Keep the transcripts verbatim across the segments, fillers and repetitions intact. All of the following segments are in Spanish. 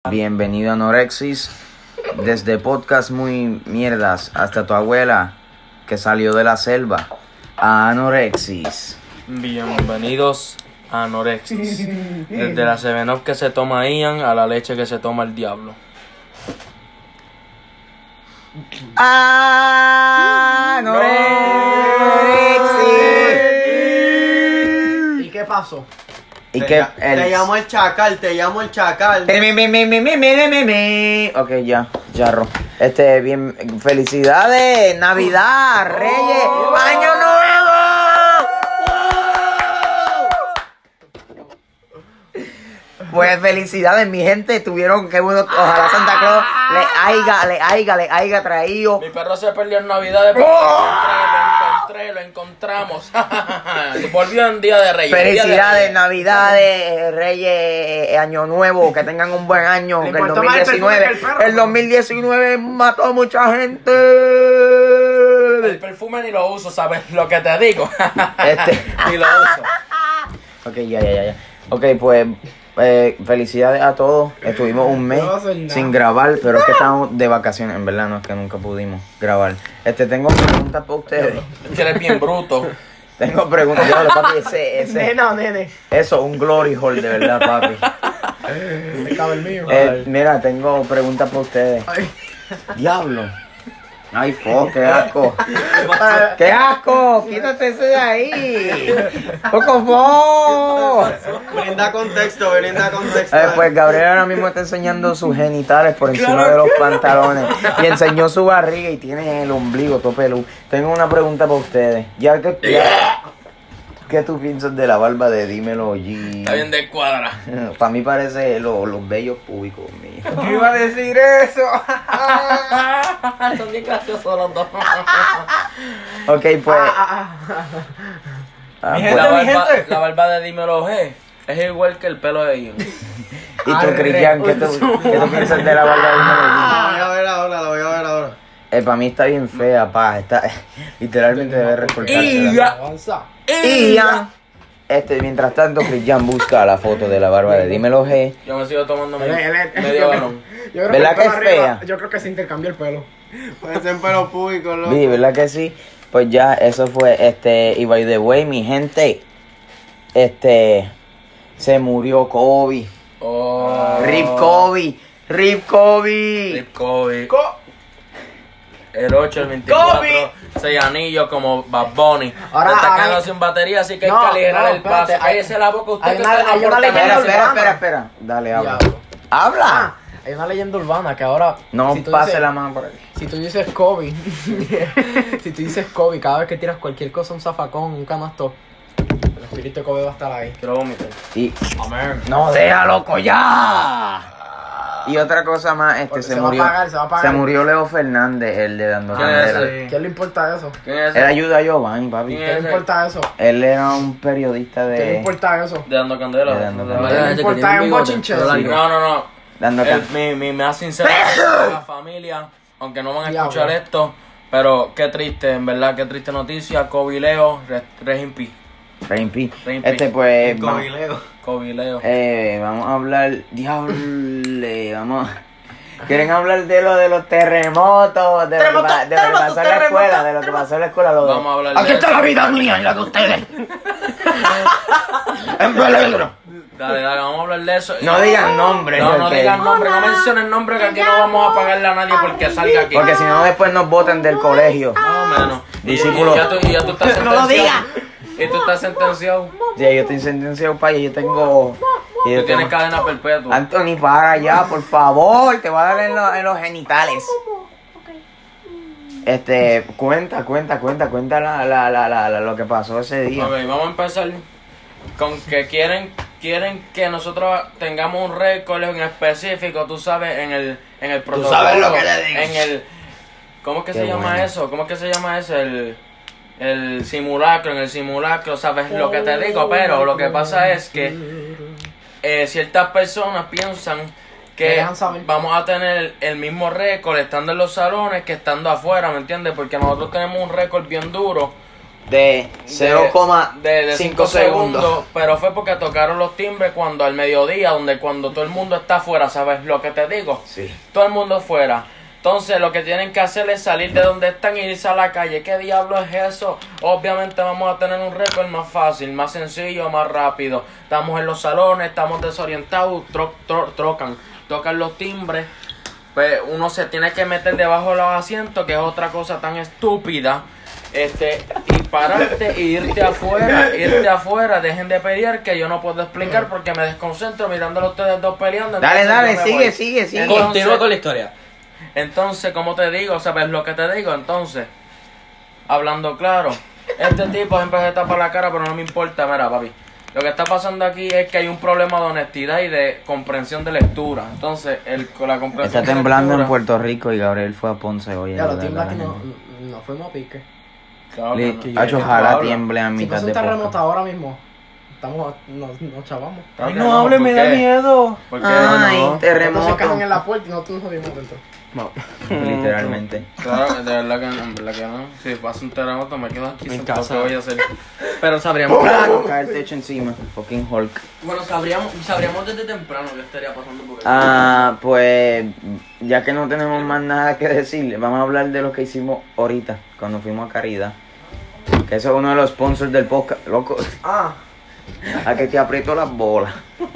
Bienvenido a Anorexis, desde podcast muy mierdas hasta tu abuela que salió de la selva, a Anorexis. Bienvenidos a Anorexis, desde la seven up que se toma Ian a la leche que se toma el diablo. Anorexis. ¿Y qué pasó? ¿Y te, qué? ll- te El... llamo el chacal, te llamo el chacal. Mi, mi, mi, mi, mi, mi, mi, mi. Ok, ya, charro. Este, bien, felicidades, Navidad, Reyes, Año Nuevo. Pues felicidades, mi gente. Tuvieron que bueno, ojalá Santa Claus le haiga, le haiga, le haiga traído. Mi perro se perdió en Navidad, pero lo encontré, lo encontramos. Volvió en Día de Reyes. Felicidades, Día de Navidades, Reyes, eh, Año Nuevo, que tengan un buen año. Le Que el importó más el perfume dos mil diecinueve, que el perro. el dos mil diecinueve mató a mucha gente. El perfume ni lo uso, ¿sabes lo que te digo? Este. Ni lo uso. Ok, ya, ya, ya, ya. Ok, pues eh, felicidades a todos. Estuvimos un mes No hacer nada. sin grabar, pero es que estábamos de vacaciones. En verdad, no es que nunca pudimos grabar. Este, tengo preguntas para ustedes. Es que eres bien bruto. Tengo preguntas. Diablo, papi, ese, ese. Nena o nene. Eso, un glory hole, de verdad, papi. Me cabe el mío. Eh, mira, tengo preguntas para ustedes. Ay. Diablo. Ay, fo, qué asco. ¡Qué asco! Quítate ese de ahí. ¡Poco fo! Brinda contexto, brinda contexto. Eh, pues Gabriel ahora mismo está enseñando sus genitales por encima de los pantalones. Y enseñó su barriga y tiene el ombligo todo peludo. Tengo una pregunta para ustedes. Ya que ya- ¿Qué tú piensas de la barba de Dímelo G? Está bien de cuadra. Para mí parece lo- los bellos públicos míos. Yo iba a decir eso. Son bien graciosos los dos. Ok, pues. Ah, ah, Mi pues- La gente, mi barba, gente. la barba de Dímelo G es igual que el pelo de Ian. ¿Y tú, Cristian, qué tú, qué tú piensas de la barba de Dímelo G? La voy a ver ahora, la voy a ver ahora. Eh, para mí está bien fea, pa. Está, literalmente debe recortársela. ya. avanza. Y ya. Este, mientras tanto, Cristian busca la foto de la barba de Dímelo G. Yo me sigo tomando mi Él- él- él- medio balón. Yo creo ¿Verdad el que pelo es arriba- fea? Yo creo que se intercambió el pelo. Puede ser pelo público, loco. Sí, ¿verdad que sí? Pues ya, eso fue, este, y by the way, mi gente, este, se murió Kobe. Oh. Rip Kobe, Rip Kobe. Rip Kobe. Co- El ocho, el veinticuatro, Kobe. seis anillos como Bad Bunny. Ahora- está ahora- quedando sin batería, así que hay No, que aligerar no, el espérate, paso. hay- Cállese la boca usted hay que una- usted no hay una aporta leyenda Espera, nada. espera, urbana. espera, espera. Dale, habla. Diablo. ¡Habla! Ah, hay una leyenda urbana que ahora. No si tú pase dices- la mano por ahí. Si tú dices Kobe, si tú dices Kobe, cada vez que tiras cualquier cosa, un zafacón, un canasto, el espíritu de Kobe va a estar ahí. Quiero vomitar. Y, Amén. no, deja loco ya. Y otra cosa más, este, Porque se, se va a murió, apagar, se va a apagar. se murió Leo Fernández, el de Dando ¿Quién es Candela. ese? ¿Quién le importa eso? ¿Quién es Él ese? ayuda a Giovanni, papi. ¿Quién ¿Qué le ese? importa eso? Él era un periodista ¿Qué le de importa eso? De Dando Candela. De Dando De- Candela. de- ¿Qué le de- importa? que tiene Es un bigote. bochinchero. Sí. No, no, no. Dando El- Can- mi, mi más sincera a la familia, aunque no van a escuchar Diablo. esto, pero qué triste, en verdad, qué triste noticia. Kobe Leo, Re- Rest in Peace. Rain Rain Este, P. pues, El vamos, cobileo. Kobe Leo. eh, vamos a hablar, diablo, vamos. ¿Quieren hablar de lo de los terremotos? De lo que, Terremoto, pa- de lo que terremoto, pasó en la terremoto, escuela, de lo que pasó en la escuela. Lo de... Vamos a hablar Aquí de está eso. la vida mía y la de ustedes. En peligro. Dale, dale, vamos a hablar de eso. No digan nombres. No, no porque- digan nombre, no mencionen nombre, que aquí no vamos a pagarle a nadie porque salga aquí. Porque si no, después nos votan del colegio. Más o menos. Y, Discípulo. y ya tú, y ya tú estás sentenciado. No lo digas. Y tú estás sentenciado. Ya, yo estoy sentenciado para yo tengo. y yo Tú tienes tengo- cadena perpetua. Anthony, para ya, por favor. Te voy a dar en, los- en los genitales. Este, cuenta, cuenta, cuenta, cuenta la, la, la, la, la- lo que pasó ese día. Ok, vamos a empezar con que quieren quieren que nosotros tengamos un récord en específico, tú sabes, en el en el protocolo. sabes lo que le digo. En el ¿cómo es que Qué se llama bueno. eso? ¿Cómo es que se llama eso? El el simulacro, en el simulacro, sabes lo que te digo, pero lo que pasa es que eh, ciertas personas piensan Me que dejan saber. vamos a tener el mismo récord estando en los salones que estando afuera, ¿me entiendes? Porque nosotros tenemos un récord bien duro de cero coma de cinco cinco segundos. segundos, pero fue porque tocaron los timbres cuando al mediodía, donde cuando todo el mundo está afuera, ¿sabes lo que te digo? Sí. Todo el mundo afuera. Entonces lo que tienen que hacer es salir de donde están y irse a la calle. ¿Qué diablo es eso? Obviamente vamos a tener un récord más fácil, más sencillo, más rápido. Estamos en los salones, estamos desorientados, tro, tro, trocan, tocan los timbres. Pues uno se tiene que meter debajo de los asientos, que es otra cosa tan estúpida. Este, y pararte e irte afuera, irte afuera, dejen de pelear, que yo no puedo explicar porque me desconcentro mirándolo a ustedes dos peleando. Dale, entonces dale, yo me sigue, voy. sigue, sigue. Entonces- Continúa con la historia. Entonces, como te digo, ¿sabes lo que te digo? Entonces, hablando claro, este tipo siempre se tapa la cara, pero no me importa, mira, papi. Lo que está pasando aquí es que hay un problema de honestidad y de comprensión de lectura. Entonces, el, con la comprensión Está de temblando en lectura- Puerto Rico y Gabriel fue a Ponce hoy. Ya, lo ayudar a tiembla la que no, gente. no fuimos a pique. Claro que Li- no. que yo- Hacho, que tú ojalá hablas. tiemble a Si mitad pasa de un terremoto podcast. ahora mismo, estamos, nos, nos chavamos. Claro que no, ¿por qué? miedo. ¿Por qué? Ay, No, no. terremoto. Entonces cajan en la puerta y nosotros nos jodimos dentro. Literalmente. Claro, de verdad que no, en verdad que no. Si pasa un terremoto me quedo aquí En sentado, casa. ¿qué voy a hacer? Pero sabríamos. Cae el techo encima. Fucking Hulk. Bueno, sabríamos, sabríamos desde temprano qué estaría pasando porque. Ah, pues ya que no tenemos más nada que decir, vamos a hablar de lo que hicimos ahorita, cuando fuimos a Caridad. Que eso es uno de los sponsors del podcast. Loco, Ah, a que te aprieto las bolas.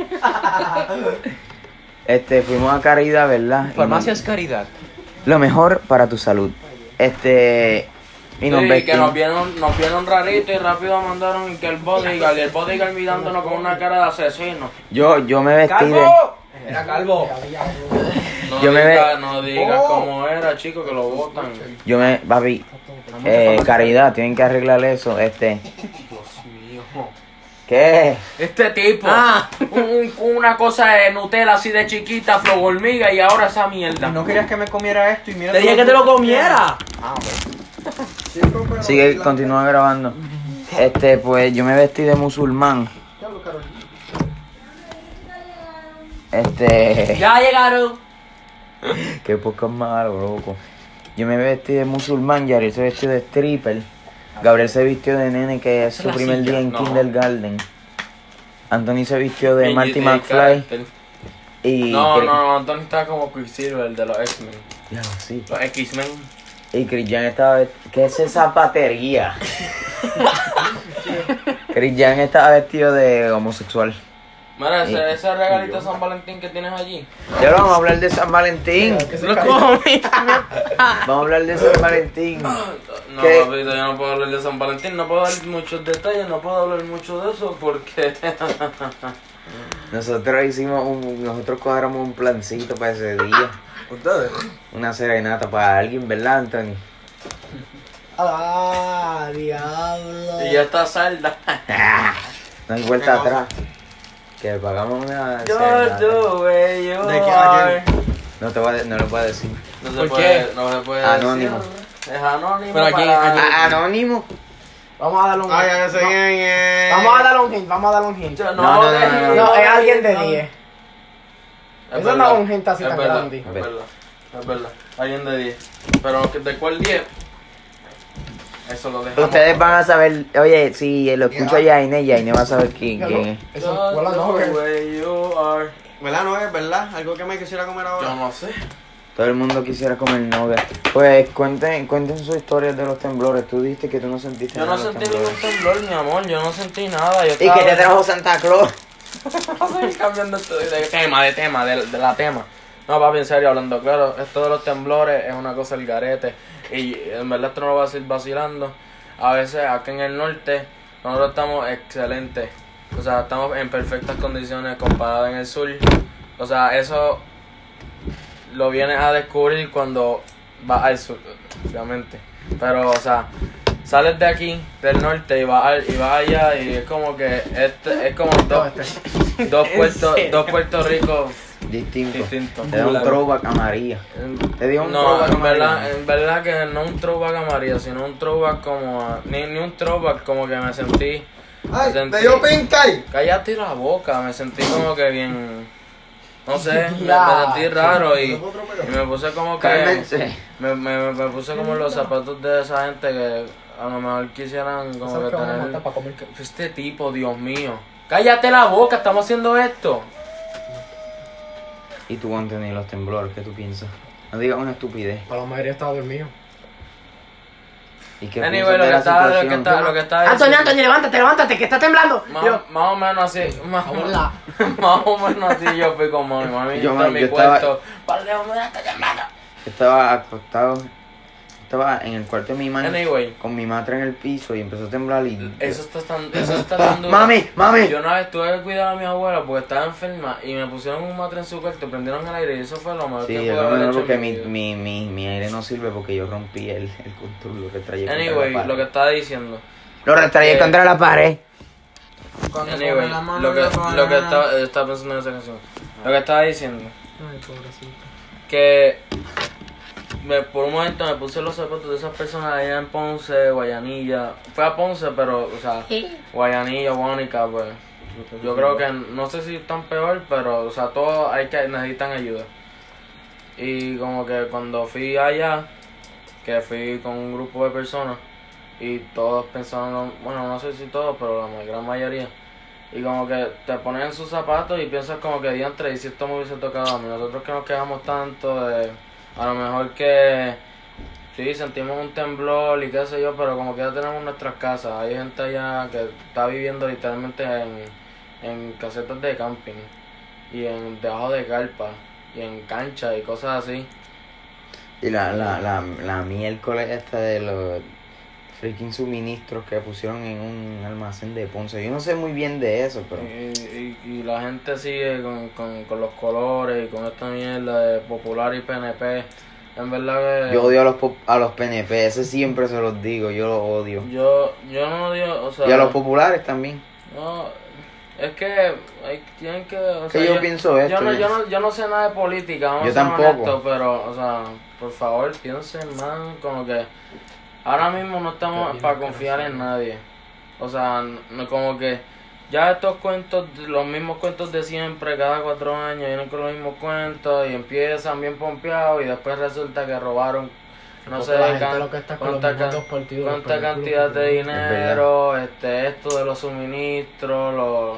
Este, fuimos a Caridad, ¿verdad? Y Farmacias Caridad. nos- Lo mejor para tu salud. Este. Y nos Sí, que vestimos. nos vieron, nos vieron rarito y rápido mandaron que el bodyguard, y el bodyguard mirándonos con una cara de asesino. Yo, yo me vestí de. Era calvo. No Yo me digas, ve- no digas cómo era, chico, que lo botan. Yo me. Papi. Eh, Caridad, tienen que arreglar eso. Este. Dios mío. ¿Qué? Este tipo, Ah. un- un- una cosa de Nutella así de chiquita, flow hormiga, y ahora esa mierda. No querías que me comiera esto y mira. Te dije que te lo comiera. Sigue, continúa grabando. Este, pues yo me vestí de musulmán. Este. Ya llegaron. Qué poco malo, loco. Yo me vestí de musulmán, Yariel se vestió de stripper. Gabriel se vistió de nene, que es su La primer silla, día en no. kindergarten. Anthony se vistió de Y- Marty y- y McFly. carácter. Y. No, Chris- no, no, Anthony estaba como Quicksilver, el de los X-Men. Ya, sí. Los X-Men. Y Chris Jan estaba vestido. ¿Qué es esa batería? Chris Jan estaba vestido de homosexual. Mira, Sí. ese, ese regalito de San Valentín que tienes allí. Ya vamos a hablar de San Valentín. Lo comí. Vamos a hablar de San Valentín. No, ¿Qué? papito, yo no puedo hablar de San Valentín, no puedo dar muchos detalles, no puedo hablar mucho de eso porque... Nosotros hicimos un. Nosotros cuadramos un plancito para ese día. ¿Ustedes? Una serenata para alguien, ¿verdad, Anthony? Ah, diablo. y ya está salda. No hay vuelta ¿Qué cosa? atrás. Que pagamos una Yo, serenata. yo, güey, yo. ¿De qué? ¿A No te voy a, de- no lo puedo decir. No se ¿Por puede, qué? no se puede Anónimo. decir. Es anónimo. Pero aquí- para- aquí- Ah, anónimo. Vamos a darle un Ay, ya sé quién es. Vamos a darle un hint, vamos a darle un hint. Yo- No, no, no, dejen- no, No, es alguien de no. diez. Es Eso no verdad, es un hint así es tan verdad, grande. Es verdad, es verdad. Alguien de diez. Pero ¿de cuál diez? Eso lo dejamos. Ustedes van a saber. Oye, si lo escucha Yaine, Yaine va a saber quién, quién es. Eso Just fue la the novia. way you are. ¿Verdad? No es verdad. Algo que me quisiera comer ahora. Yo no sé. Todo el mundo quisiera comer nugget. Pues cuenten, cuenten sus historias de los temblores. Tú dijiste que tú no sentiste Yo no nada de los sentí ningún temblores. temblor, mi amor. Yo no sentí nada. Yo ¿Y estaba- que te trajo Santa Claus? Vamos a ir cambiando esto de tema, de tema, de, de la tema. No, papi, en serio, hablando claro, esto de los temblores es una cosa del garete. Y en verdad esto no lo voy a decir vacilando. A veces acá en el norte nosotros estamos excelentes. O sea, estamos en perfectas condiciones comparadas en el sur. O sea, eso lo vienes a descubrir cuando vas al sur, obviamente. Pero, o sea, sales de aquí, del norte, y vas, al- y vas allá y es como que este, es como dos, dos, Puerto, dos Puerto Ricos Distinto. distintos. Te da un throwback a María. Te dio un No, throwback a en verdad, María. en verdad que no un throwback a María, sino un throwback como a, ni, ni un throwback como que me sentí, Ay, sentí- te dio pincay. cállate la boca, me sentí como que bien, no sé, me, me Ya. sentí raro y, y me puse como que, Cálmense. me, me, me puse como en los zapatos de esa gente que a lo mejor quisieran como ¿Sabes que qué van a tener... matar para comer? Este tipo, Dios mío. ¡Cállate la boca! Estamos haciendo esto. ¿Y tú, Anthony, los temblores? ¿Qué tú piensas? No digas una estupidez. Para la mayoría estaba dormido. ¿Y qué Anyway, piensas lo de que la está, lo que situación? está, lo que está Anthony, diciendo- Anthony, levántate, levántate, que está temblando. Más, Yo, más o menos así, más, Hola. más o menos así yo fui con mami. Mami Yo, entró man, a mi yo estaba- cuarto. Vale, hombre, está temblando. Estaba acostado, estaba en el cuarto de mi mamá Anyway. con mi madre en el piso y empezó a temblar y... Eso está tan, eso está tan duro. ¡Mami! ¡Mami! Yo una vez tuve que cuidar a mi abuela porque estaba enferma y me pusieron un matre en su cuarto, prendieron el aire y eso fue lo mejor Sí, que es pude lo haber mejor hecho porque en mi, vida. mi, mi, mi aire no sirve porque yo rompí el, el control que traía contra Anyway, la pared. lo que estaba diciendo. Lo retraí Eh, contra la pared. Anyway, lo que, lo que estaba, estaba pensando en esa canción. Lo que estaba diciendo. Ay, pobrecito. Que me, por un momento me puse los zapatos de esas personas allá en Ponce, Guayanilla. Fue a Ponce, pero, o sea, Guayanilla, Guánica, pues. Yo creo que no sé si están peor, pero, o sea, todos hay que necesitan ayuda. Y como que cuando fui allá, que fui con un grupo de personas y todos pensaban, lo- bueno, no sé si todos, pero la gran mayoría. Y como que te pones en sus zapatos y piensas como que diantre, y si esto me hubiese tocado a mí. Nosotros que nos quejamos tanto de, a lo mejor que sí, sentimos un temblor y qué sé yo, pero como que ya tenemos nuestras casas. Hay gente allá que está viviendo literalmente en, en casetas de camping y en debajo de carpa y en cancha y cosas así. Y la, la, la, la miércoles esta de los freaking suministros que pusieron en un almacén de Ponce. Yo no sé muy bien de eso, pero... Y, y, y la gente sigue con, con, con los colores y con esta mierda de Popular y P N P. En verdad que... Yo odio a los, pop- a los P N P, ese siempre se los digo, yo los odio. Yo, yo no digo, o sea... Y a los populares también. No, es que hay, tienen que... O Que sea, yo pienso esto, Yo no, yo- yo, no, yo no sé nada de política, vamos Yo a ser tampoco. honestos, pero, o sea, por favor, piensen más como que... Ahora mismo no estamos bien para que no confiar sé. en nadie. O sea, no como que... Ya estos cuentos, los mismos cuentos de siempre, cada cuatro años vienen con los mismos cuentos y empiezan bien pompeados y después resulta que robaron no Porque sé la gente can- lo que está con los cuánta, mismos can- dos partidos, cuánta por el culo, cantidad porque de no- dinero, este esto de los suministros, los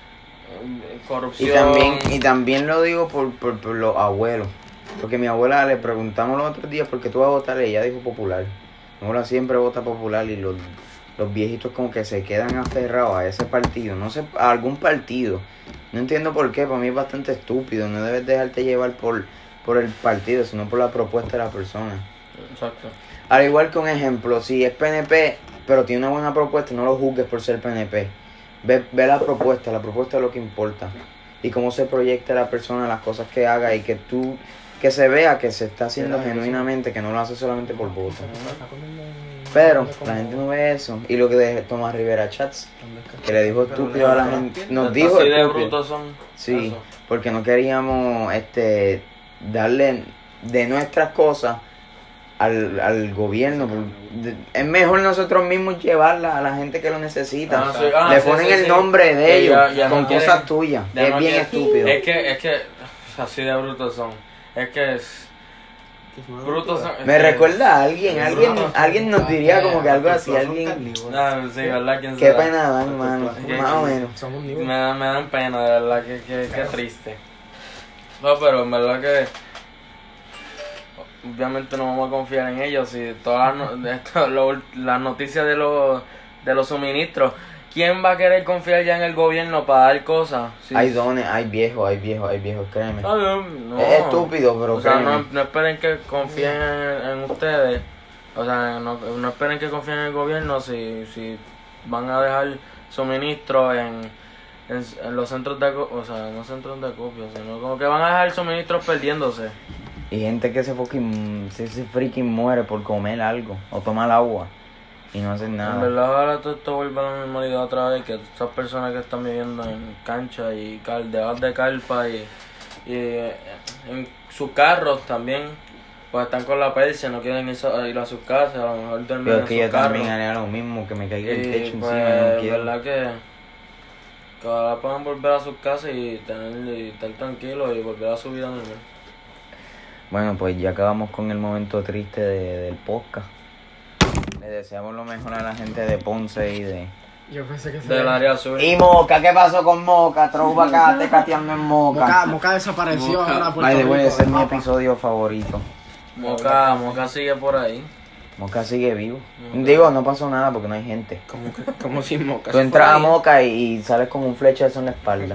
eh, corrupción. Y también, y también lo digo por, por, por los abuelos. Porque mi abuela le preguntamos los otros días por qué tú vas a votar y ella dijo popular. Mi abuela siempre vota popular y los, los viejitos como que se quedan aferrados a ese partido. No sé, a algún partido. No entiendo por qué, para mí es bastante estúpido. No debes dejarte llevar por, por el partido, sino por la propuesta de la persona. Exacto. Al igual que un ejemplo, si es P N P, pero tiene una buena propuesta, no lo juzgues por ser P N P. Ve, ve la propuesta, la propuesta es lo que importa. Y cómo se proyecta la persona, las cosas que haga y que tú, que se vea que se está haciendo genuinamente, que no lo hace solamente por voto. Pero la gente no ve eso. Y lo que de Tomás Rivera Chats, que le dijo estúpido a la gente, nos dijo Así de estúpido. brutos son. Sí, Eso. porque no queríamos este darle de nuestras cosas al, al gobierno. por- de- Es mejor nosotros mismos llevarla a la gente que lo necesita. Ah, sí, ah, Le sí, ponen sí, el sí. nombre de Que ellos ya- ya con no quieren- cosas tuyas. ya Es no bien quieren- estúpido. Es que, es que, así de brutos son. Es que es. Brutos son. es Me que- recuerda a alguien, Sí, alguien, brutos. alguien nos diría como que algo así, alguien. Ah, sí, ¿verdad? ¿Quién Qué será? pena dan, hermano, ¿Qué- más o menos. Somos Me, niños. da- me dan pena, de verdad, que, que, que triste. No, pero en verdad que obviamente no vamos a confiar en ellos. Si todas las, no- esto, lo- las noticias de los, de los suministros, ¿quién va a querer confiar ya en el gobierno para dar cosas? Si- Hay dones, hay viejos, hay viejos, hay viejos, créeme. No, no, no. Es estúpido, pero O sea, no, créeme. no esperen que confíen en, en ustedes. O sea, no, no esperen que confíen en el gobierno si, si van a dejar suministros en, en, en los centros de acopio. O sea, no centros de acopio, sino como que van a dejar suministros perdiéndose. Y gente que se fucking, se, se freaking muere por comer algo o tomar agua y no hacen En nada. verdad, ahora todo esto vuelve a la normalidad otra vez. Que esas personas que están viviendo en cancha y cal, debajo de carpa y, y eh, en sus carros también, pues están con la persia, no quieren ir a, ir a sus casas, a lo mejor duermen Pero en es que sus yo carros. también haría lo mismo, que me caiga el Y techo pues, encima, no quiero. verdad que, que ahora puedan volver a sus casas y tener y estar tranquilos y volver a su vida normal. Bueno, pues ya acabamos con el momento triste de- del podcast. Le Le deseamos lo mejor a la gente de Ponce y de... Yo pensé que se Del área azul. Y Moca, ¿qué pasó con Moca? Trouba acá, te cateando en Moca, Moca. Moca desapareció Moca. ahora Puerto By the way, Rico ese es del mi mapa. episodio favorito. Moca, Moca sigue por ahí. Moca sigue vivo. Moca. Digo, no pasó nada porque no hay gente. Como, que- como si Moca Tú se entras fuera a ahí. Moca y, y sales con un flechazo en la espalda.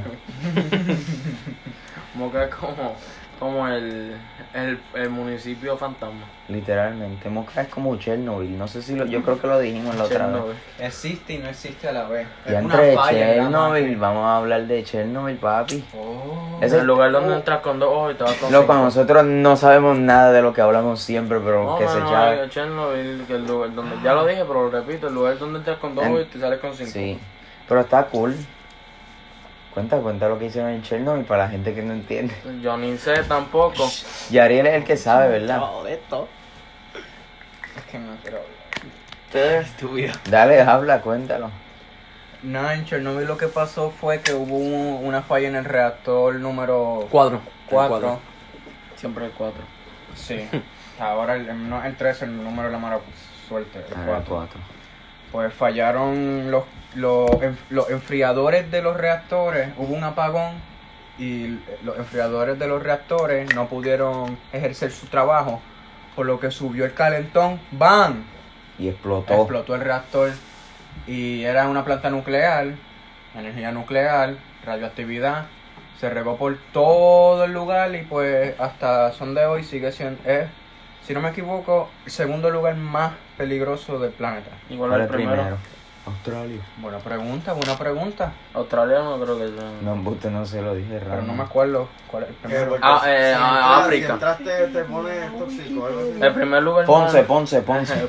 Moca es como, como el, el, el municipio fantasma. Literalmente. Moca es como Chernobyl. No sé si lo... Yo creo que lo dijimos la otra vez. Chernobyl. Existe y no existe a la vez. Ya Es una entre falla en la Chernobyl, máquina. vamos a hablar de Chernobyl, papi. Oh. Ese- el lugar donde entras con dos ojos y te vas con Loco, cinco. nosotros no sabemos nada de lo que hablamos siempre, pero No, que no, se no, echaba... Chernobyl, que el lugar donde, ya lo dije, pero lo repito, el lugar donde entras con dos En- ojos y te sales con cinco. Sí, pero está cool. Cuenta, cuenta lo que hicieron en Chernobyl para la gente que no entiende. Yo ni sé tampoco. Yariel es el que sabe, ¿verdad? No, de esto. Es que no quiero hablar. Ustedes es tu vida. Dale, habla, cuéntalo. Nada, en Chernobyl lo que pasó fue que hubo un- una falla en el reactor número Cuatro. cuatro. Siempre hay cuatro. Sí. Ahora el, no, el tres, el número de la mala suerte. El Ah, cuatro. cuatro. Pues fallaron los, los, enf- los enfriadores de los reactores, hubo un apagón y los enfriadores de los reactores no pudieron ejercer su trabajo, por lo que subió el calentón, ¡bam! Y explotó. Explotó el reactor y era una planta nuclear, energía nuclear, radioactividad, se regó por todo el lugar y pues hasta son de hoy sigue siendo, es, si no me equivoco, el segundo lugar más peligroso del planeta. Igual ¿Cuál el es primero. primero? Australia. Buena pregunta, buena pregunta. Australia no creo que sea. No, usted no se lo dije Pero raro. no me acuerdo cuál es el primero. Ah, eh, Si ah, entras- África. Si entraste te pones tóxico, algo así. El primer lugar. Ponce, más- Ponce, Ponce.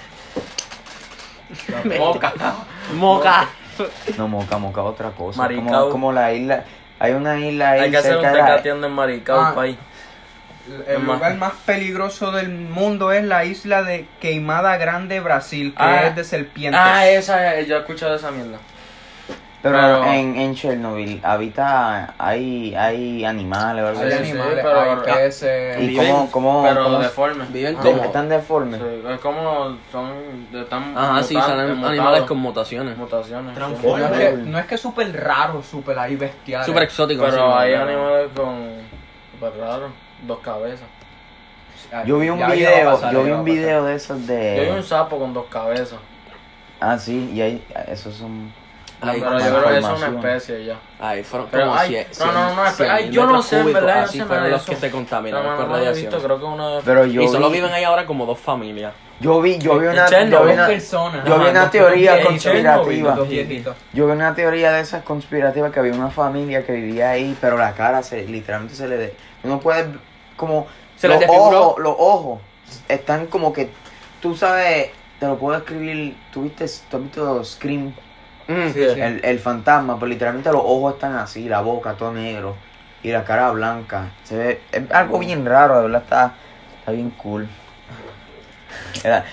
Moca. Moca. No, Moca, Moca, otra cosa. Maricao. Como, como la isla. Hay una isla ahí Hay que hacer un cerca de la- tecateando en Maricao, Ah. país. El Más. lugar más peligroso del mundo es la isla de Queimada Grande, Brasil, que Ah. es de serpientes. Ah, esa, eh, yo he escuchado esa mierda. Pero, Pero- en, en Chernobyl habita, hay, hay animales o algo Hay Sí, así. sí, animales, pero- hay peces. ¿Y Viven, cómo, cómo, Pero cómo deforme. Viven de- como. están deformes? Sí, es como son. Están Ajá, sí, mutantes, salen mutados. animales con mutaciones. Mutaciones. sí. No Transformers. es que, no es que súper raro, súper ahí bestial. Súper exótico. Pero así, hay ¿no? animales con. Súper raros. Dos cabezas. Yo vi un Ya, ya va a video, pasar, yo ya vi va a un pasar. video de esos Yo vi un de... sapo con dos cabezas. Ah, sí, y hay, esos son... Ahí, Pero más yo creo que eso es una información. especie ya. ahí fueron Pero, como ay, cien, no, no, no, cien ay, mil yo no metros sé, en cúbicos, verdad, yo así sé fueron nada de los eso. que se No, contaminaron no, por no, no he radiación. visto, creo que uno de. Pero yo Y solo vi, viven ahí ahora como dos familias. yo vi, yo vi En una, yo Chernobyl. vi una, personas. yo vi Ajá, una dos teoría viejitos, conspirativa. dos viejitos. yo vi una teoría de esas conspirativas que había una familia que vivía ahí, pero la cara se, literalmente se le... De, uno puede, como... Se les los desfiguró. ojos, los ojos están como que, tú sabes, te lo puedo escribir, tú viste, tú has visto Scream, Mm. Sí, sí. el, el fantasma, pero literalmente los ojos están así, la boca todo negro y la cara blanca. Se ve, es algo bien raro, de verdad está, está bien cool. Era-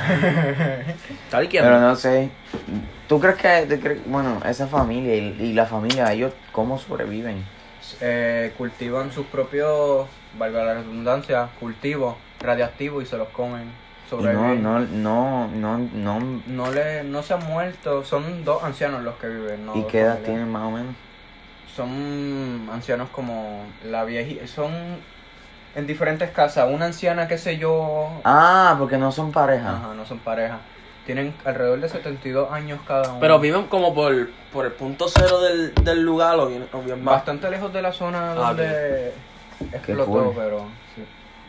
Está liqueando. pero no sé, ¿tú crees que, te cre- bueno, esa familia y, y la familia, ellos cómo sobreviven? Eh, cultivan sus propios, valga la redundancia, cultivos radiactivos y se los comen. Y no, Sobreviven. no, no, no, no, No, le, no se han muerto, son dos ancianos los que viven. No ¿y dos qué edad familias. tienen más o menos? Son ancianos como la viejita, son en diferentes casas. Una anciana, qué sé yo, Ah, porque no son pareja. ajá, no son pareja. Tienen alrededor de setenta y dos años cada uno. Pero viven como por, por el punto cero del, del lugar o bien, o bien más. bastante lejos de la zona Ah, donde explotó, cool. pero sí,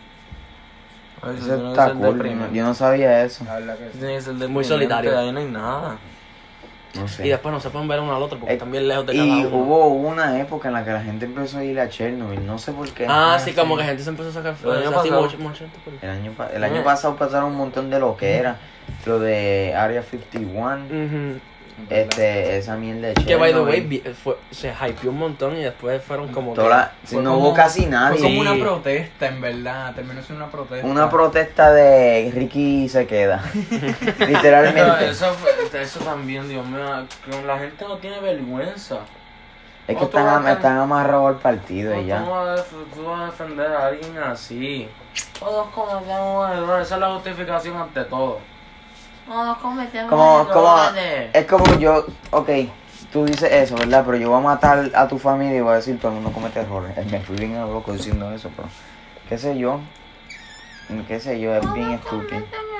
Ay, eso Eso tiene que está ser cool, yo no- deprimente. yo no sabía eso. la verdad que Eso sí. tiene que ser Muy deprimente, solitario. Ahí no hay nada. No sé. Y después no se pueden ver uno al otro porque Eh, están bien lejos de cada Y uno. hubo una época en la que la gente empezó a ir a Chernobyl, no sé por qué. Ah, sí, como que gente se empezó a sacar El año fotos así, pasado. mucha, mucha gente por ahí. El año, pa- el año Ujú. pasado pasaron un montón de lo que era. Lo de Area cincuenta y uno, Ujú. este, esa mierda de Chernobyl. Que by the way, vi- fue, se hypeó un montón y después fueron como Toda que- la- si Fue no como- hubo casi Fue nadie. como Sí. una protesta, en verdad. Terminó siendo una protesta. Una protesta de Ricky se queda. Pero Literalmente. eso, fue- eso también, Dios mío, que la gente no tiene vergüenza. Es que o tú están, vas am- a- están amarrados al partido ¿Cómo y ya. tú vas a def- tú vas a defender a alguien así? Todos cometemos errores, esa es la justificación ante todo. No, no cometemos Como, como, errores. es como yo, ok, tú dices eso, ¿verdad? Pero yo voy a matar a tu familia y voy a decir, todo el mundo comete errores. Me fui bien loco diciendo eso, pero, qué sé yo, qué sé yo, es bien estúpido.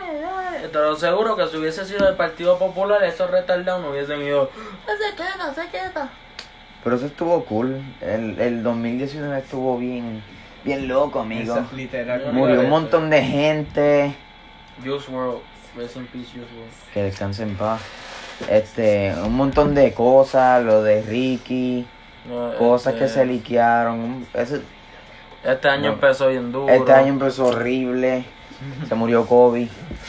Te lo aseguro que si hubiese sido el Partido Popular, esos retardados no hubiesen ido. Se queda, se queda. Pero eso estuvo cool, el, el dos mil diecinueve estuvo bien, bien loco, amigo. Eso es literal. Murió un montón de gente, Juice world. Rest in peace, Juice world. que descanse en paz. Este, un montón de cosas, lo de Ricky, No, cosas este, que se liquearon. un- ese- Este año No. empezó bien duro. Este año empezó horrible. Se murió Kobe.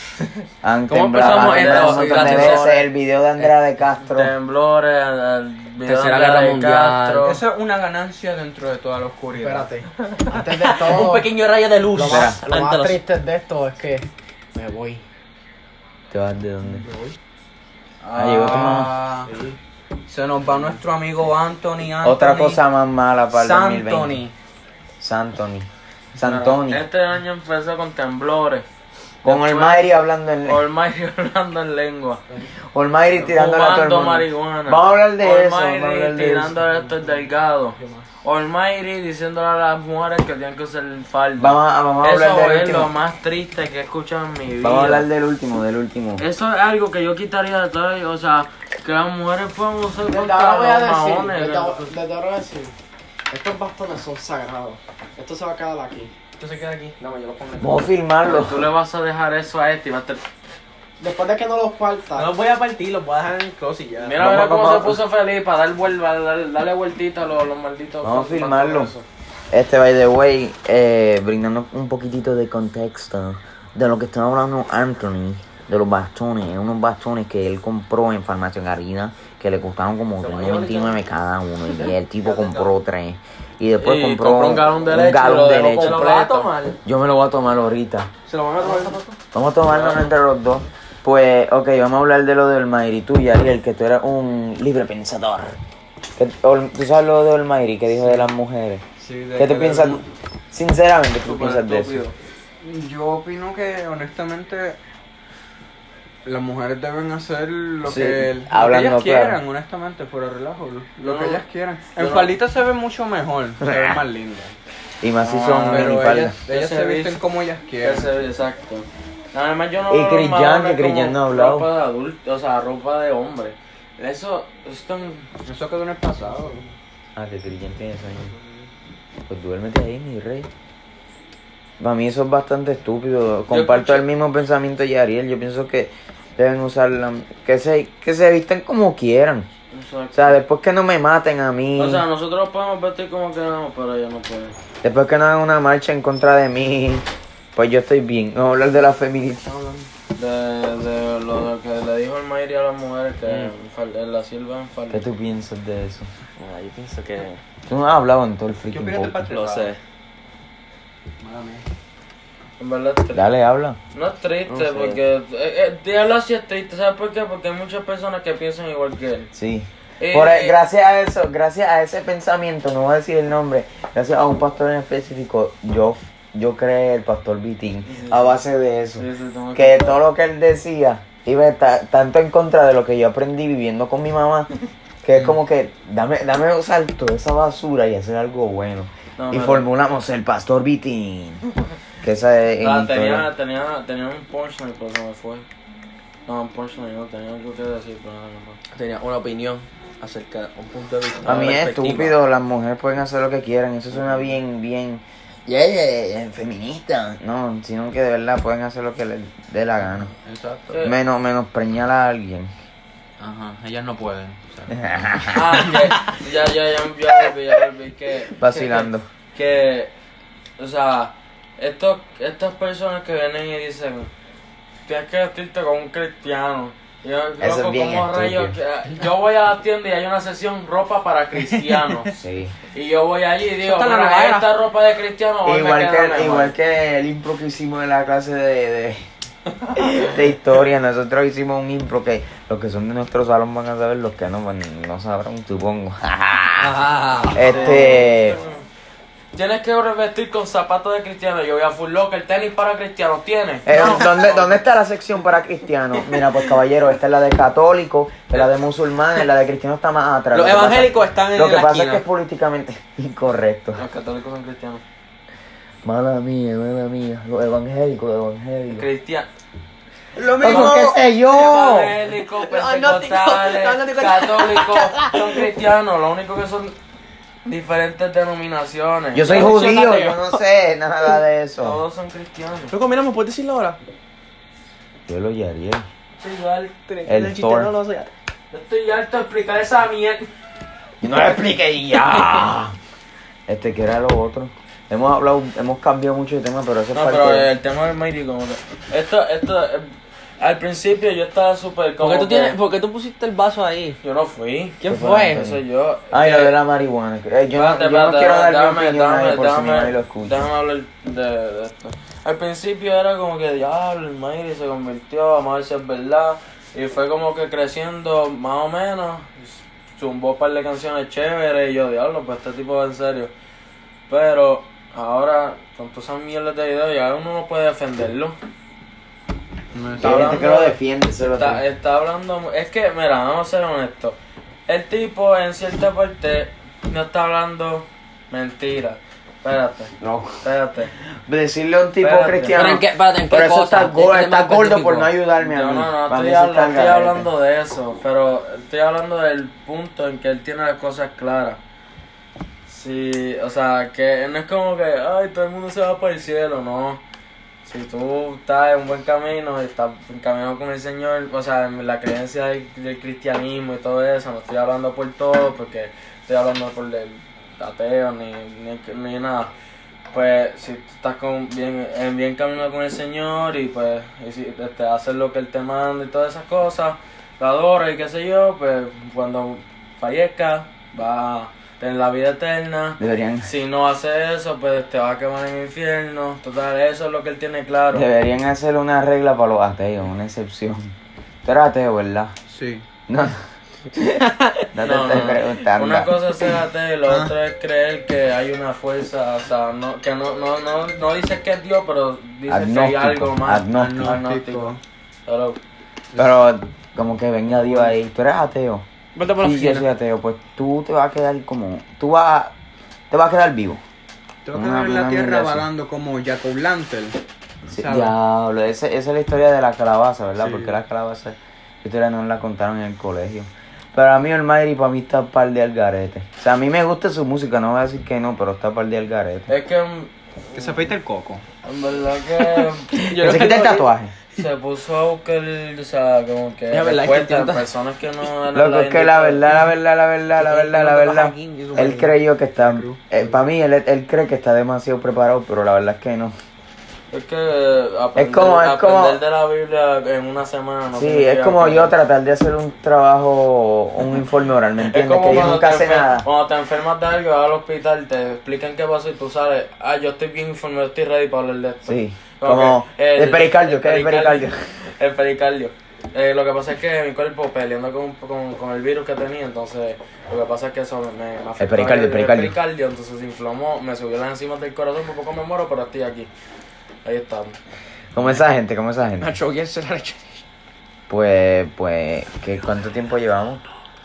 Han ¿Cómo temblado, empezamos han temblado un esto? montón de Gracias. veces. El video de Andrea de Castro. Temblores, el, el video Tercera de Guerra de Mundial. Castro. Eso es una ganancia dentro de toda la oscuridad. Espérate. Antes de todo, Un pequeño rayo de luz. lo más, lo ante más los- triste de esto es que me voy. ¿Te vas de dónde? Me voy. Ah, llegó tu Ah, se nos va nuestro amigo Anthony. Anthony Otra cosa más mala para el dos mil Santoni. veinte. Santoni. Santoni. Este año empezó con temblores. Con Almighty hablando en lengua. Almighty hablando en lengua. Almighty tirándole a todo el Fumando mundo. marihuana. Vamos a hablar de eso. Vamos a Almighty hablar de tirando eso. a estos delgados. Almighty diciéndole a las mujeres que tienen que usar falda. Vamos a, vamos a hablar Eso del es lo último. más triste que he escuchado en mi vida. Vamos a hablar del último, del último. Eso es algo que yo quitaría de todo. O sea, que las mujeres puedan usar Desde ahora voy a decir, pantalones. desde ahora- desde ahora voy a decir, estos bastones son sagrados. Esto se va a quedar aquí. Esto se queda aquí. Dame, yo lo pongo aquí. Vamos a filmarlo. Tú le vas a dejar eso a este y va a estar... Después de que no los parta, No los voy a partir, los voy a dejar en el closet y ya. Mira, Vamos, mira cómo vamos, se puso feliz para dar vuelva, darle, darle vueltita a los, los malditos. Vamos a con- filmarlo. con eso. Este, by the way, eh, brindando un poquitito de contexto de lo que estaba hablando Anthony, de los bastones, unos bastones que él compró en Farmacia Garina, que le costaron como trescientos veintinueve cada uno, y el tipo compró tres. Y después Y compró compró un galón de leche y galón lo de dejó leche. ¿Se lo vas a completo. tomar? Yo me lo voy a tomar ahorita. ¿Se lo van a tomar? Vamos a tomarlo entre los dos. Pues, ok, vamos a hablar de lo de Almighty. Tú y Ariel, que tú eras un libre pensador. Que- Ol- ¿Tú sabes lo de Almighty que dijo de las mujeres? Sí, de ¿Qué te que piensas? le- Sinceramente, ¿qué tú Súper piensas de eso? estúpido. Yo opino que honestamente las mujeres deben hacer lo, Sí, que, lo que hablando ellas claro. quieran, honestamente, fuera de relajo. Lo Yo que no- ellas quieran. yo En no- faldita se ve mucho mejor, se ve más linda. Y más si Ah, son Pero minifaldas. ellas, ellas Ese se visten bicho. como ellas quieren. Ese- exacto. Además yo no Y veo Chris los Jan, maones que Chris como Jan no ha hablado. ropa de adulto, o sea, ropa de hombre. Eso es tan... Eso quedó en el pasado. Ah, que Chris Jan tiene sueño. Pues duérmete ahí, mi rey. Para mí eso es bastante estúpido. Comparto escuché- el mismo pensamiento de Ariel. Yo pienso que deben usar la... Que se, que se visten como quieran. O sea, después que no me maten a mí. O sea, nosotros podemos vestir como queramos, pero ellos no pueden. Después que no hagan una marcha en contra de mí. Pues yo estoy bien. Vamos a hablar de la feminista. De, de lo que le dijo el Mayri a las mujeres que en fal- en la silva en falda. ¿Qué tú piensas de eso? Ah, yo pienso que... Tú no has hablado en todo el ¿Qué freaking opinas del podcast. Lo patriarcado? sé. Mala mía. En verdad es triste. Dale, habla. No es triste No sé. porque... Eh, eh, dígalo así es triste, ¿sabes por qué? Porque hay muchas personas que piensan igual que él. Sí. Eh, Por, eh, gracias a eso, gracias a ese pensamiento, no voy a decir el nombre, gracias a un pastor en específico, yo, yo creé el pastor Vitín a base de eso. Sí, sí, tengo Que todo lo que él decía iba ta- tanto en contra de lo que yo aprendí viviendo con mi mamá, que es como que dame, dame usar toda esa basura y hacer algo bueno. No, y no, formulamos el pastor Vitín. Que esa es Ah, mi historia. tenía, tenía, tenía un punchline, pero se me fue. No, un punchline no, tenía algo que decir, pero nada más. Tenía una opinión acerca de un punto de vista. A mí una es perspectiva. estúpido, las mujeres pueden hacer lo que quieran, eso suena bien, bien, yeah, yeah, yeah, feminista. No, sino que de verdad pueden hacer lo que les dé la gana. Exacto. Sí. Menos, menos preñar a alguien. Ajá, ellas no pueden. o sea. Ah, que ya, ya, ya, ya volví, ya volví, que... Vacilando. Que, o sea, estos, estas personas que vienen y dicen, tienes que vestirte como un cristiano. Y yo, Eso loco, es bien ¿cómo rayos? estúpido. Que- Yo voy a la tienda y hay una sección ropa para cristianos. Sí. Y yo voy allí y digo, Eso está en la mira, novela. esta ropa de cristiano hoy me Igual queda que, mejor. igual que el impro que hicimos en la clase de, de, de historia, nosotros hicimos un impro que los que son de nuestro salón van a saber, los que no, pues, no sabrán, supongo. Este, tienes que vestir con zapatos de cristiano. Yo voy a Full Locker, tenis para cristianos, ¿tienes? Eh, ¿dónde, ¿Dónde está la sección para cristianos? Mira, pues caballero, esta es la de católicos, esta es la de musulmanes, la de cristianos está más atrás. Los Lo que pasa- evangélicos están en Lo que la pasa esquina. es que es políticamente incorrecto. Los católicos son cristianos. Mala mía, mala mía. Los evangélicos, los evangélicos. Cristianos. Lo ¿Cómo que sé yo? Evangélicos, Los agnósticos, pentecostales, los agnósticos. católicos, son cristianos. Lo único que son diferentes denominaciones. Yo soy Yo soy judío, ateo. yo no sé nada de eso. Todos son cristianos. Loco, mira, ¿me puedes decirlo ahora? Yo lo haría. Estoy harto, El chiste Thor. no lo sé. estoy harto de explicar esa mierda. Y no lo expliqué ya. Este, que era lo otro. Hemos hablado, hemos cambiado mucho de tema, pero eso es No, parte pero de- el tema del Mighty como que... Esto, esto... eh, al principio yo estaba súper como ¿Por qué, tú que- tienes, ¿Por qué tú pusiste el vaso ahí? Yo no fui. ¿Quién ¿Qué fue? fue? Eso yo. Ay, que- lo de la marihuana. Eh, yo, no- Espérate, yo no espérate, quiero dar mi déjame, opinión déjame, ahí por si déjame, mi madre lo escucha. déjame hablar de, de esto. Al principio era como que diablo, el Mighty se convirtió, vamos a ver si es verdad. Y fue como que creciendo más o menos. Zumbó un par de canciones chéveres y yo, diablo, pues este tipo va en serio. Pero ahora, con todas esas mierdas de videos, ya uno no puede defenderlo. Hay gente que lo defiende, se lo Está, hace. está hablando. Es que, mira, vamos a ser honestos. El tipo, en cierta parte, no está hablando mentira. Espérate, No. espérate. Decirle a un tipo Espérate. cristiano. Pero en qué, espérate, ¿en qué Por eso cosa? está, gordo, ¿En qué está tema gordo por específico? no ayudarme a No, mí. no, no, Para estoy, mí sí habla- está no estoy garete. hablando de eso, pero estoy hablando del punto en que él tiene las cosas claras. Sí, o sea, que no es como que, ay, todo el mundo se va para el cielo, no. Si tú estás en un buen camino y estás encaminado con el Señor, o sea, en la creencia del, del cristianismo y todo eso, no estoy hablando por todo, porque estoy hablando por el ateo ni, ni, ni nada. Pues si tú estás con bien, en bien camino con el Señor y pues y si este, haces lo que Él te manda y todas esas cosas, lo adoras y qué sé yo, pues cuando fallezca va a tener la vida eterna. Deberían, Si no haces eso, pues te vas a quemar en el infierno. Total, eso es lo que Él tiene claro. deberían hacer una regla para los ateos, una excepción. Tú eres ateo, ¿verdad? Sí. No, no. No te No, estoy no. preguntando. Una cosa es ser ateo y lo otro es creer que hay una fuerza, o sea, no, que no, no, no, no dice que es Dios, pero dice que hay Agnóstico, algo más. agnóstico. Agnóstico. Pero, Pero como que venga Dios ahí. ¿Tú eres ateo? Vete por la Sí, yo oficina. soy ateo. Pues tú te vas a quedar como... Tú vas... Te vas a quedar vivo. Te vas a Una- quedar en la una tierra mierda así. vagando como Jacob Lantern. Sí, ¿sabes? diablo, esa, esa es la historia de la calabaza, ¿verdad? Sí. Porque la calabaza, esa historia no la contaron en el colegio. Pero a mí el Mayri para mí está par de algarete. O sea, a mí me gusta su música, no voy a decir que no, pero está par de algarete. es que en, Que se afeita el coco. en verdad que Que se quita el tatuaje. se puso a buscar, o sea, como que Es verdad, es respuestas que a tiene- personas que no eran Loco, la es que la verdad, la verdad, la verdad, la Que verdad, la tiene verdad. aquí, y su Él marido. creyó que está... para mí, él, él cree que está demasiado preparado, pero la verdad es que no. Es que aprender, como- es como- aprender de la Biblia en una semana no Sí, significa es como que- yo tratar de hacer un trabajo, un informe oral, ¿me Es entiendes? como Que yo cuando nunca te, sé enfer- nada. cuando te enfermas de algo, vas al hospital, te explican qué pasó y tú sales, ah, yo estoy bien informado, estoy ready para hablar de esto. Sí, como el pericardio, ¿qué es el pericardio? El pericardio. Eh, lo que pasa es que mi cuerpo peleando con, con, con el virus que tenía, entonces lo que pasa es que eso me, me afectó. El pericardio, el pericardio. entonces se inflamó, me subió las enzimas del corazón, por poco me muero, pero estoy aquí. Ahí estamos. Como esa gente, como esa gente. Nacho, ¿quién será Nacho? Pues, pues, ¿qué, ¿cuánto tiempo llevamos?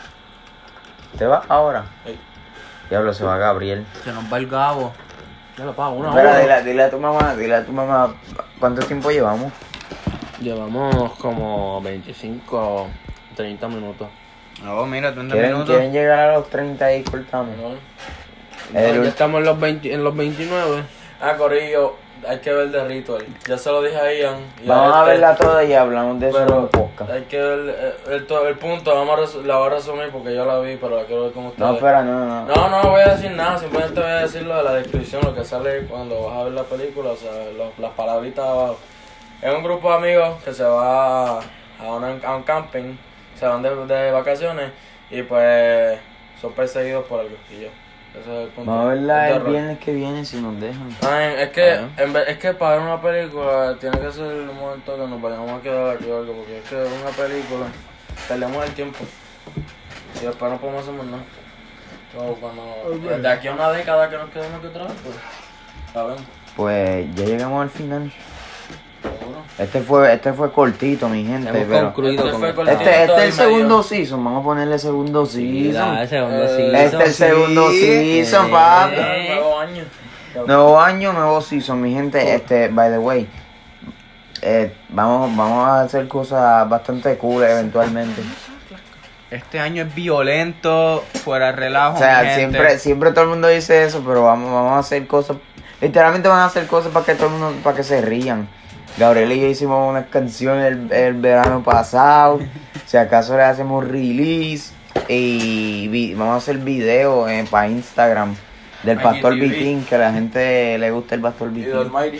¿Te vas ahora? Sí. Diablo, se va Gabriel. Se nos va el gabo. Ya lo pago, una Espera, hora. dile, dile a tu mamá, dile a tu mamá, ¿cuánto tiempo llevamos? Llevamos como veinticinco, treinta minutos. No, mira, treinta ¿Quieren, minutos. ¿Quieren llegar a los treinta y cortamos? ¿No? El ya ul- estamos en los, veinte, en los veintinueve. Ah, Corillo, hay que ver de Ritual. Ya se lo dije a Ian. y Vamos a este, verla toda y hablamos de eso en Pero un podcast. hay que ver eh, el, to- el punto, vamos a resu- la voy a resumir porque yo la vi, pero la quiero ver con ustedes. No, espera, no, no. No, no voy a decir nada, simplemente voy a decir lo de la descripción, lo que sale cuando vas a ver la película, o sea, lo- las palabritas abajo. Es un grupo de amigos que se va a, una- a un camping, se van de, de vacaciones y pues son perseguidos por algo. Y yo, ese es el punto. Vamos a verla Es de el horror. viernes que viene si nos dejan. Ay, es que, Ajá. en vez- es que para ver una película tiene que ser el momento que nos vayamos a quedar aquí o algo, porque es que una película perdemos el tiempo y después no podemos hacer más nada. O cuando, de aquí a una década que nos quedemos aquí otra vez, pues, sabemos. Pues ya llegamos al final. Seguro. Este fue, este fue cortito, mi gente, Hemos pero concluido Este con fue esto. cortito. este, este es el y medio. segundo season, vamos a ponerle segundo Sí, season. da, el segundo Eh, season, Este es el sí. segundo season, Eh. papi. Nuevo año. Nuevo año, nuevo season, mi gente. Este, by the way, eh, vamos, vamos a hacer cosas bastante cool eventualmente. Este año es violento, fuera de relajo. O sea, mi gente. siempre, siempre todo el mundo dice eso, pero vamos, vamos a hacer cosas. Literalmente van a hacer cosas para que todo el mundo, para que se rían. Gabriel y yo hicimos unas canciones el, el verano pasado. Si acaso le hacemos release. Y vi- vamos a hacer videos eh, para Instagram del I Pastor G T V. Vitín, que a la gente le gusta el Pastor Y de Vitín. Almighty.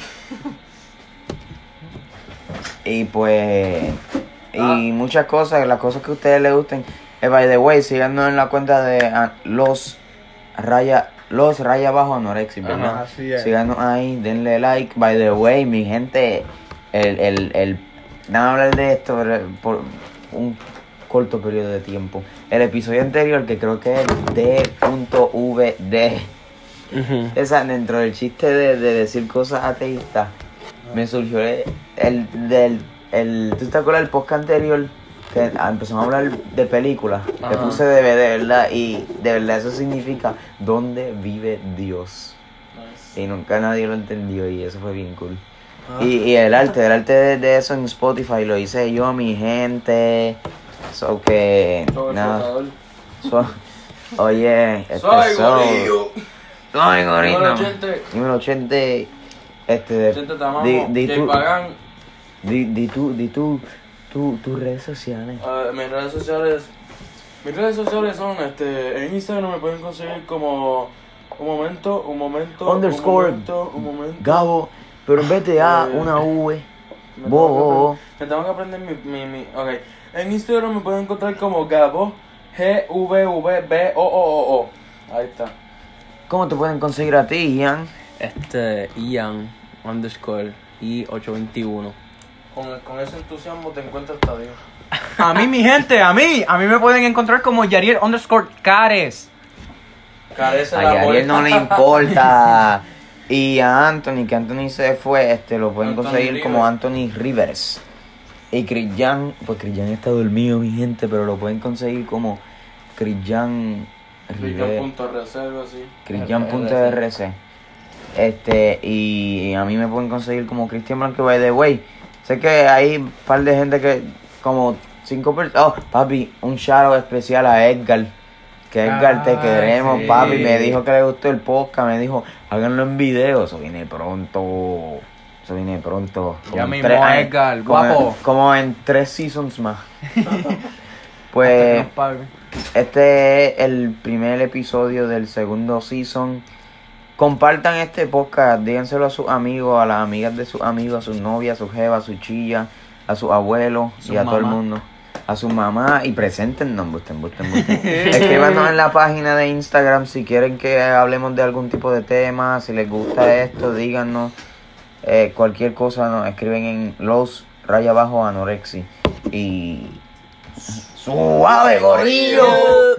Y pues. Y Ah. muchas cosas, las cosas que a ustedes les gusten. Eh, by the way, síganos en la cuenta de ah, los raya, los raya bajo anorexia, ¿verdad? Ajá, así es. Síganos ahí, denle like. By the way, mi gente, el, el, el, nada más hablar de esto pero por un corto periodo de tiempo. El episodio anterior, que creo que es D V D, Ujú. esa, dentro del chiste de, de decir cosas ateístas, me surgió el, el del, el, ¿tú te acuerdas del podcast anterior? Que ah, empezamos a hablar de películas, le Ajá. puse D V D, ¿verdad? Y de verdad eso significa ¿dónde vive Dios? Nice. Y nunca nadie lo entendió y eso fue bien cool. Ah. Y, y el arte, el arte de, de eso en Spotify lo hice yo, mi gente. So que, Sobre nada. flotador. So- oye, este Soy so- gorillo. Soy Número gorino. ochenta. Número ochenta. Este, ochenta te amamos. di, di, Jay tu, Pagan. di, di tu, di tu, tu, tus redes sociales. Uh, mis redes sociales. Mis redes sociales son este. En Instagram me pueden conseguir como. Un momento, un momento. Underscore. Un momento, un momento. Gabo, pero en vez de A, Eh, una V. Me Bo, tengo que bo, bo. aprender- Me tengo que aprender mi, mi, mi. Ok. En Instagram me pueden encontrar como Gabo. G V V B O O O O. Ahí está. ¿Cómo te pueden conseguir a ti, Ian? Este, Ian underscore I ocho veintiuno. Con, con ese entusiasmo te encuentras hasta Dios. A mí, mi gente, a mí. A mí me pueden encontrar como Yariel underscore Cares. Carece A la Ariel no le importa. Y a Anthony, que Anthony se fue, este lo pueden Anthony conseguir Rivers. como Anthony Rivers. Y Cristian, pues Cristian está dormido, mi gente, pero lo pueden conseguir como Cristian Rivers. Cristian.rc, algo así. Cristian.rc. Este, y a mí me pueden conseguir como Cristian Blanco, by the way. Sé que hay un par de gente que, como cinco personas. Oh, papi, un shout out especial a Edgar. Que Edgar, te Ay, queremos, sí. papi. Me dijo que le gustó el podcast. Me dijo, háganlo en video. Eso viene pronto. Eso viene pronto. Ya Como en mismo, tres- en- Edgar, como en- guapo. Como en tres seasons más. Hasta que Pues. nos pague. Este es el primer episodio del segundo season. Compartan este podcast, díganselo a sus amigos, a las amigas de sus amigos, a sus novias, a sus jevas, a sus chillas, a sus abuelos y Su a todo el mamá. mundo. A su mamá y preséntenos, busten, busten, busten. Escríbanos en la página de Instagram si quieren que hablemos de algún tipo de tema, si les gusta esto, díganos. Eh, cualquier cosa nos escriben en los raya abajo anorexi. Y suave gorillo.